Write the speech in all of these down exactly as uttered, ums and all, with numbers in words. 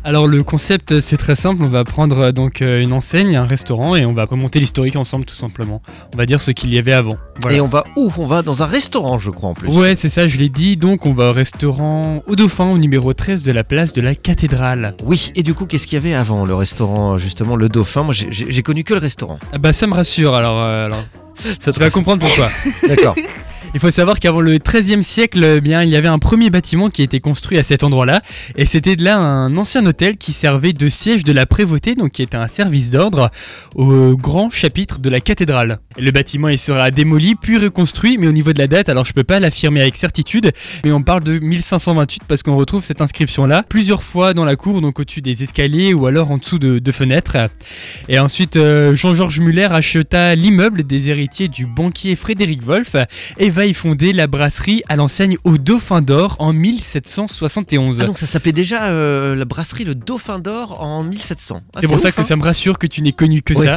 Alors le concept c'est très simple, on va prendre euh, donc euh, une enseigne, un restaurant et on va remonter l'historique ensemble tout simplement. On va dire ce qu'il y avait avant. Voilà. Et on va où? On va dans un restaurant, je crois, en plus. Ouais, c'est ça, je l'ai dit. Donc on va au restaurant au Dauphin, au numéro treize de la place de la Cathédrale. Oui, et du coup, qu'est-ce qu'il y avait avant le restaurant, justement, le Dauphin? Moi, j'ai, j'ai, j'ai connu que le restaurant. Ah bah ça me rassure, alors, euh, alors Ça tu vas comprendre pourquoi. D'accord. Il faut savoir qu'avant le treizième siècle, eh bien, il y avait un premier bâtiment qui a été construit à cet endroit-là, et c'était de là un ancien hôtel qui servait de siège de la prévôté, donc qui était un service d'ordre au grand chapitre de la cathédrale. Et le bâtiment il sera démoli puis reconstruit, mais au niveau de la date, alors je peux pas l'affirmer avec certitude, mais on parle de mille cinq cent vingt-huit parce qu'on retrouve cette inscription-là plusieurs fois dans la cour, donc au-dessus des escaliers ou alors en dessous de, de fenêtres. Et ensuite, euh, Jean-Georges Muller acheta l'immeuble des héritiers du banquier Frédéric Wolff et va y fonder la brasserie à l'enseigne au Dauphin d'Or en mille sept cent soixante et onze. Ah, donc ça s'appelait déjà euh, la brasserie le Dauphin d'Or en mille sept cents. Ah, c'est pour ouf, ça que hein. ça me rassure que tu n'aies connu que Oui. ça.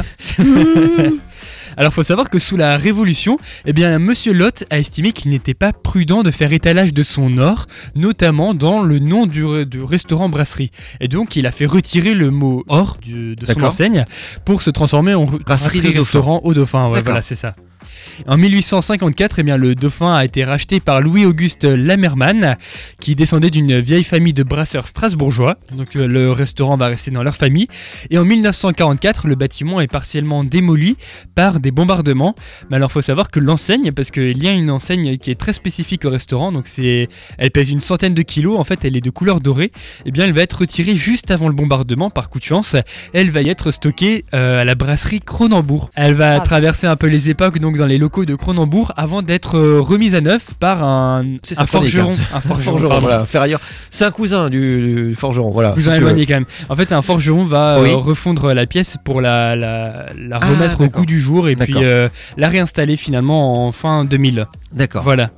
Alors faut savoir que sous la Révolution, eh bien Monsieur Lotte a estimé qu'il n'était pas prudent de faire étalage de son or, notamment dans le nom du, du restaurant brasserie. Et donc il a fait retirer le mot or du, de son D'accord. enseigne pour se transformer en brasserie, le restaurant au Dauphin. Ouais, D'accord. voilà, c'est ça. En mille huit cent cinquante-quatre, eh bien, le Dauphin a été racheté par Louis-Auguste Lamerman, qui descendait d'une vieille famille de brasseurs strasbourgeois. Donc euh, le restaurant va rester dans leur famille. Et en mille neuf cent quarante-quatre, le bâtiment est partiellement démoli par des bombardements. Mais alors, il faut savoir que l'enseigne, parce qu'il y a une enseigne qui est très spécifique au restaurant, donc c'est, elle pèse une centaine de kilos. En fait, elle est de couleur dorée. Eh bien, elle va être retirée juste avant le bombardement, par coup de chance. Elle va y être stockée euh, à la brasserie Cronenbourg. Elle va Ah. traverser un peu les époques, donc dans les locaux de Cronenbourg avant d'être euh, remise à neuf par un, C'est un symphonique, forgeron. hein. Un Un forgeron, forgeron, pardon. voilà, ferrailleur. C'est un cousin du, du forgeron, voilà. Vous si en tu veux. éloignez quand même. En fait, un forgeron va euh, Oui. refondre la pièce pour la, la, la Ah, remettre au d'accord. goût du jour et puis D'accord. euh, la réinstaller finalement en fin deux mille. D'accord. Voilà.